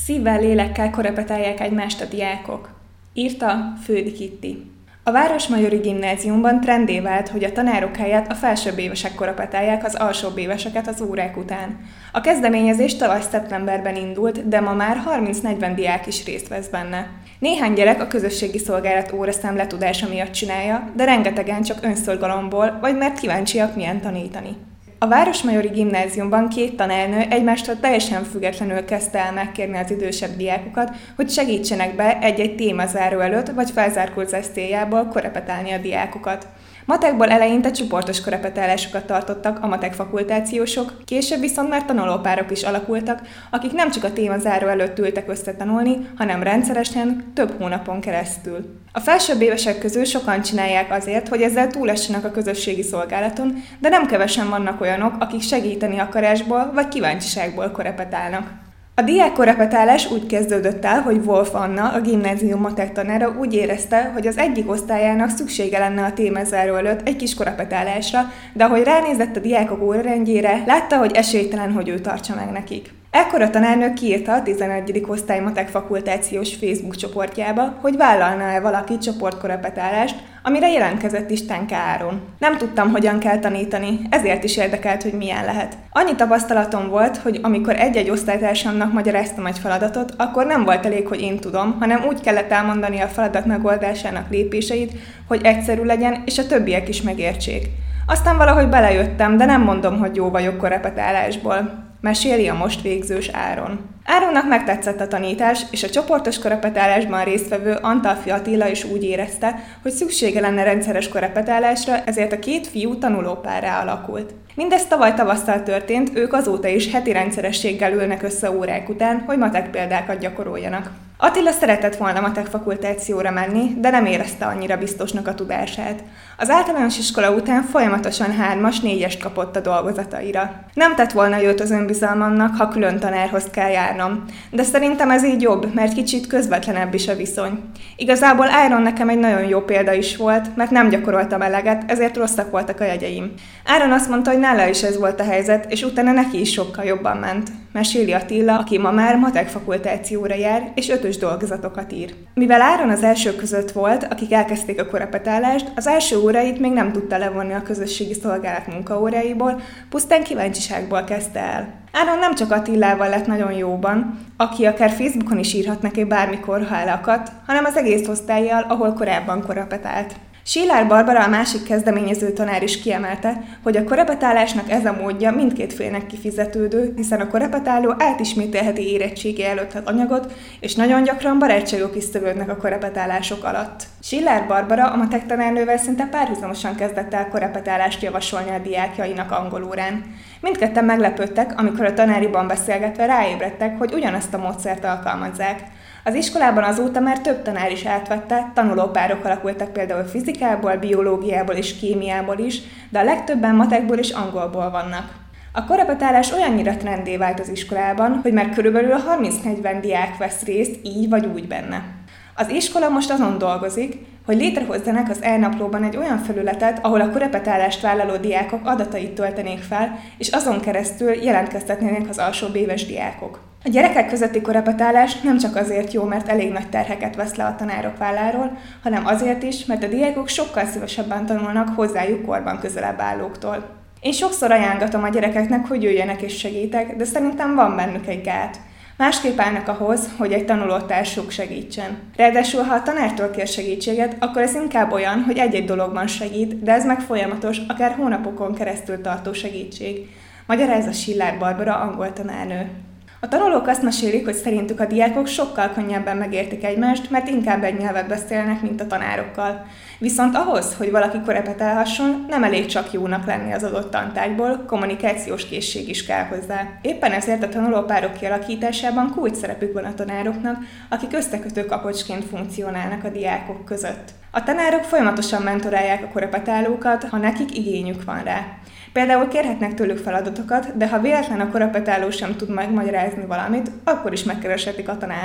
Szívvel, lélekkel korepetálják egymást a diákok. Írta Földi Kitti. A Városmajori Gimnáziumban trendé vált, hogy a tanárok helyett a felsőbb évesek korepetálják az alsóbb éveseket az órák után. A kezdeményezés tavaly szeptemberben indult, de ma már 30-40 diák is részt vesz benne. Néhány gyerek a közösségi szolgálat óraszám letudása miatt csinálja, de rengetegen csak önszorgalomból, vagy mert kíváncsiak milyen tanítani. A Városmajori Gimnáziumban 2 tanárnő egymástól teljesen függetlenül kezdte el megkérni az idősebb diákokat, hogy segítsenek be egy-egy témazáró előtt vagy felzárkózás céljából korepetálni a diákokat. Matekból eleinte csoportos korepetálásokat tartottak a matek fakultációsok, később viszont már tanulópárok is alakultak, akik nem csak a témazáró előtt ültek összetanulni, hanem rendszeresen, több hónapon keresztül. A felsőbb évesek közül sokan csinálják azért, hogy ezzel túlessenek a közösségi szolgálaton, de nem kevesen vannak olyanok, akik segíteni akarásból vagy kíváncsiságból korepetálnak. A diák korepetálás úgy kezdődött el, hogy Wolf Anna, a gimnázium matek tanára úgy érezte, hogy az egyik osztályának szüksége lenne a témazáró előtt egy kis korepetálásra, de ahogy ránézett a diákok órarendjére, látta, hogy esélytelen, hogy ő tartsa meg nekik. Ekkor a tanárnő kiírta a 11. osztály matek fakultációs Facebook csoportjába, hogy vállalna-e valaki csoportkorepetálást, amire jelentkezett is Tenke Áron. Nem tudtam, hogyan kell tanítani, ezért is érdekelt, hogy milyen lehet. Annyi tapasztalatom volt, hogy amikor egy-egy osztálytársamnak magyaráztam egy feladatot, akkor nem volt elég, hogy én tudom, hanem úgy kellett elmondani a feladat megoldásának lépéseit, hogy egyszerű legyen, és a többiek is megértsék. Aztán valahogy belejöttem, de nem mondom, hogy jó vagyok korepetálásból. Meséli a most végzős Áron. Áronnak megtetszett a tanítás, és a csoportos korepetálásban résztvevő Antalfi Attila is úgy érezte, hogy szüksége lenne rendszeres korepetálásra, ezért a 2 fiú tanulópárrá alakult. Mindez tavaly tavasszal történt, ők azóta is heti rendszerességgel ülnek össze órák után, hogy matek példákat gyakoroljanak. Attila szeretett volna matek fakultációra menni, de nem érezte annyira biztosnak a tudását. Az általános iskola után folyamatosan 3-as, 4-est kapott a dolgozataira. Nem tett volna jót az önbizalmamnak, ha külön tanárhoz kell járnom, de szerintem ez így jobb, mert kicsit közvetlenebb is a viszony. Igazából Áron nekem egy nagyon jó példa is volt, mert nem gyakoroltam eleget, ezért rosszak voltak a jegyeim. Áron azt mondta, hogy nála is ez volt a helyzet, és utána neki is sokkal jobban ment. Meséli Attila, aki ma már matek fakultációra jár, és 5-ös dolgozatokat ír. Mivel Áron az első között volt, akik elkezdték a korepetálást, az első óráit még nem tudta levonni a közösségi szolgálat munkaóráiból, pusztán kíváncsiságból kezdte el. Áron nem csak Attilával lett nagyon jóban, aki akár Facebookon is írhat neki bármikor, ha elakadt, hanem az egész osztállyal, ahol korábban korepetált. Schiller Barbara, a másik kezdeményező tanár is kiemelte, hogy a korepetálásnak ez a módja mindkét félnek kifizetődő, hiszen a korepetáló átismételheti érettsége előtt az anyagot, és nagyon gyakran barátságok is szövődnek a korepetálások alatt. Schiller Barbara a matek tanárnővel szinte párhuzamosan kezdett el korepetálást javasolni a diákjainak angolórán. Mindketten meglepődtek, amikor a tanáriban beszélgetve ráébredtek, hogy ugyanazt a módszert alkalmazzák. Az iskolában azóta már több tanár is átvette, tanulópárok alakultak például fizikából, biológiából és kémiából is, de a legtöbben matekból és angolból vannak. A korepetálás olyannyira trendé vált az iskolában, hogy már körülbelül 30-40 diák vesz részt így vagy úgy benne. Az iskola most azon dolgozik, hogy létrehozzanak az e-naplóban egy olyan felületet, ahol a korepetálást vállaló diákok adatait töltenék fel, és azon keresztül jelentkeztetnének az alsóbb éves diákok. A gyerekek közötti korepetálás nem csak azért jó, mert elég nagy terheket vesz le a tanárok válláról, hanem azért is, mert a diákok sokkal szívesebben tanulnak hozzájuk korban közelebb állóktól. Én sokszor ajánlgatom a gyerekeknek, hogy jöjjenek és segítek, de szerintem van bennük egy gát. Másképp állnak ahhoz, hogy egy tanulótársuk segítsen. Ráadásul, ha a tanártól kér segítséget, akkor ez inkább olyan, hogy egy-egy dologban segít, de ez meg folyamatos, akár hónapokon keresztül tartó segítség. Magyarázza Schiller Barbara, angol tanárnő. A tanulók azt mesélik, hogy szerintük a diákok sokkal könnyebben megértik egymást, mert inkább egy nyelvet beszélnek, mint a tanárokkal. Viszont ahhoz, hogy valaki korepetálhasson, nem elég csak jónak lenni az adott tantárgyból, kommunikációs készség is kell hozzá. Éppen ezért a tanulópárok kialakításában kulcsszerepük van a tanároknak, akik összekötő kapocsként funkcionálnak a diákok között. A tanárok folyamatosan mentorálják a korepetálókat, ha nekik igényük van rá. Például kérhetnek tőlük feladatokat, de ha véletlen a korepetáló sem tud megmagyarázni valamit, akkor is megkereshetik a tanárt.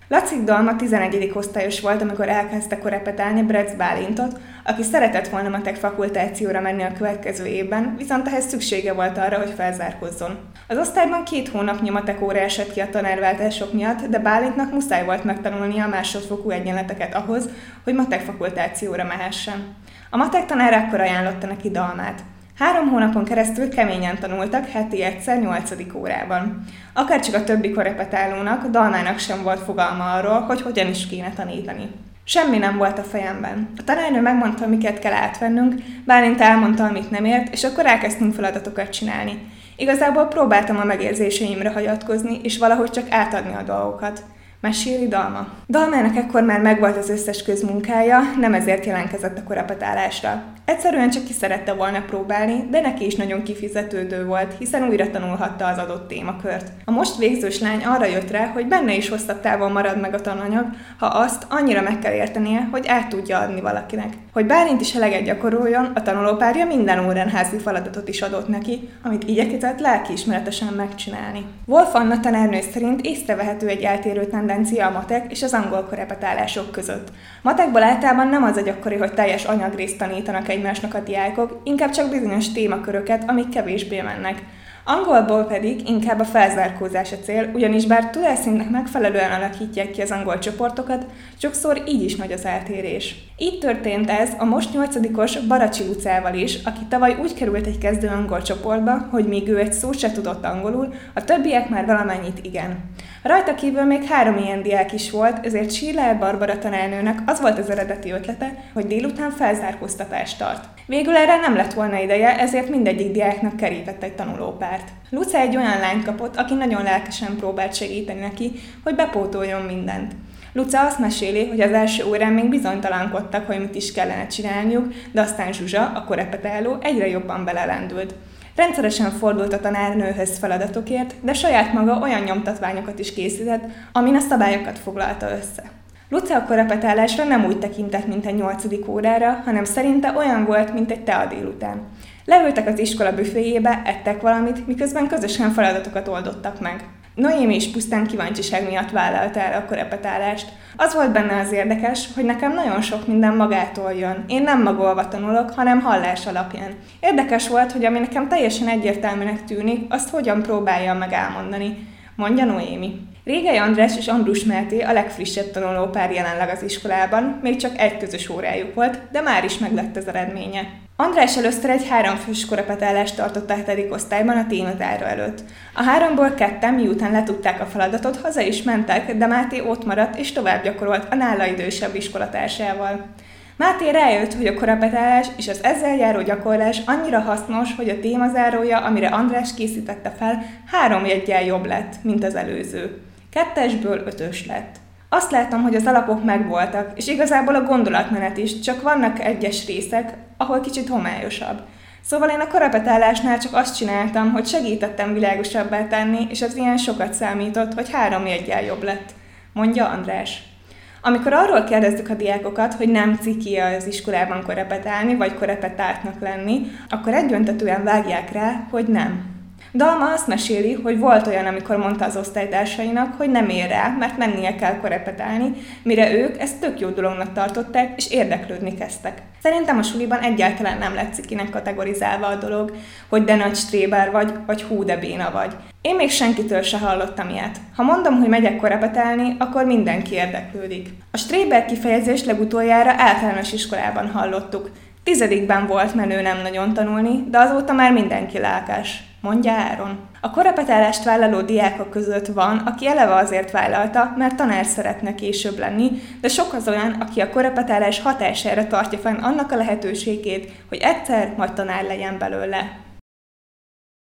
Lacik Dalma 11. osztályos volt, amikor elkezdte korepetálni Bretz Bálintot, aki szeretett volna matek fakultációra menni a következő évben, viszont ehhez szüksége volt arra, hogy felzárkózzon. Az osztályban 2 hónapnyi matek óra esett ki a tanárváltások miatt, de Bálintnak muszáj volt megtanulnia a másodfokú egyenleteket ahhoz, hogy matek fakultációra mehessen. A matek tanár akkor ajánlotta neki Dalmát. 3 hónapon keresztül keményen tanultak, heti egyszer 8. órában. Akárcsak a többi korepetálónak, Dalmának sem volt fogalma arról, hogy hogyan is kéne tanítani. Semmi nem volt a fejemben. A tanárnő megmondta, miket kell átvennünk, Bálint elmondta, amit nem ért, és akkor elkezdtünk feladatokat csinálni. Igazából próbáltam a megérzéseimre hagyatkozni, és valahogy csak átadni a dolgokat. Meséli Dalma. Dalmának ekkor már megvolt az összes közmunkája, nem ezért jelentkezett a korepetálásra. Egyszerűen csak ki szerette volna próbálni, de neki is nagyon kifizetődő volt, hiszen újra tanulhatta az adott témakört. A most végzős lány arra jött rá, hogy benne is hosszabb távon marad meg a tananyag, ha azt annyira meg kell értenie, hogy át tudja adni valakinek. Hogy Bálint is eleget gyakoroljon, a tanulópárja minden órán házi feladatot is adott neki, amit igyekezett lelkiismeretesen megcsinálni. Wolf Anna tanárnő szerint észrevehető egy eltérő tendencia a matek és az angol korepetálások között. Matekból általában nem az a gyakori, hogy teljes anyagrészt tanítanak egymásnak a diákok, inkább csak bizonyos témaköröket, amik kevésbé mennek. Angolból pedig inkább a felzárkózás a cél, ugyanis bár tudásszintnek megfelelően alakítják ki az angol csoportokat, sokszor így is nagy az eltérés. Így történt ez a most 8-os Baracsi Lucával is, aki tavaly úgy került egy kezdő angol csoportba, hogy míg ő egy szót se tudott angolul, a többiek már valamennyit igen. Rajta kívül még 3 ilyen diák is volt, ezért Schiller Barbara tanárnőnek az volt az eredeti ötlete, hogy délután felzárkóztatást tart. Végül erre nem lett volna ideje, ezért mindegyik diáknak kerített egy tanulópárt. Luca egy olyan lányt kapott, aki nagyon lelkesen próbált segíteni neki, hogy bepótoljon mindent. Luca azt meséli, hogy az első órán még bizonytalankodtak, hogy mit is kellene csinálniuk, de aztán Zsuzsa, a korepetáló, egyre jobban belelendült. Rendszeresen fordult a tanárnőhöz feladatokért, de saját maga olyan nyomtatványokat is készített, amin a szabályokat foglalta össze. Luca a korepetálásra nem úgy tekintett, mint egy 8. órára, hanem szerinte olyan volt, mint egy tea délután. Leültek az iskola büféjébe, ettek valamit, miközben közösen feladatokat oldottak meg. Noémi is pusztán kíváncsiság miatt vállalta el a korepetálást. Az volt benne az érdekes, hogy nekem nagyon sok minden magától jön. Én nem magolva tanulok, hanem hallás alapján. Érdekes volt, hogy ami nekem teljesen egyértelműnek tűnik, azt hogyan próbálja meg elmondani, mondja Noémi. Régely András és Andrus Máté a legfrissebb tanulópár jelenleg az iskolában, még csak egy közös órájuk volt, de már is meglett az eredménye. András először egy 3 fős korepetálást tartott a 7. osztályban a témazára előtt. A 3-ból 2, miután letudták a feladatot, haza is mentek, de Máté ott maradt és tovább gyakorolt a nála idősebb iskolatársával. Máté rájött, hogy a korepetálás és az ezzel járó gyakorlás annyira hasznos, hogy a témazárója, amire András készítette fel, 3 jeggyel jobb lett, mint az előző. 2-esből 5-ös lett. Azt látom, hogy az alapok megvoltak, és igazából a gondolatmenet is, csak vannak egyes részek, ahol kicsit homályosabb. Szóval én a korepetálásnál csak azt csináltam, hogy segítettem világosabbá tenni, és az ilyen sokat számított, hogy 3 jeggyel jobb lett, mondja András. Amikor arról kérdezzük a diákokat, hogy nem ciki az iskolában korepetálni, vagy korepetáltnak lenni, akkor egyöntetően vágják rá, hogy nem. Dalma azt meséli, hogy volt olyan, amikor mondta az osztálytársainak, hogy nem ér rá, mert mennie kell korepetálni, mire ők ezt tök jó dolognak tartották, és érdeklődni kezdtek. Szerintem a suliban egyáltalán nem lett cikinek kategorizálva a dolog, hogy de nagy stréber vagy hú de béna vagy. Én még senkitől se hallottam ilyet. Ha mondom, hogy megyek korepetálni, akkor mindenki érdeklődik. A stréber kifejezést legutoljára általános iskolában hallottuk. 10-ben volt menő nem nagyon tanulni, de azóta már mindenki lelkes, mondja Áron. A korepetálást vállaló diákok között van, aki eleve azért vállalta, mert tanár szeretne később lenni, de sok az olyan, aki a korepetálás hatására tartja fenn annak a lehetőségét, hogy egyszer majd tanár legyen belőle.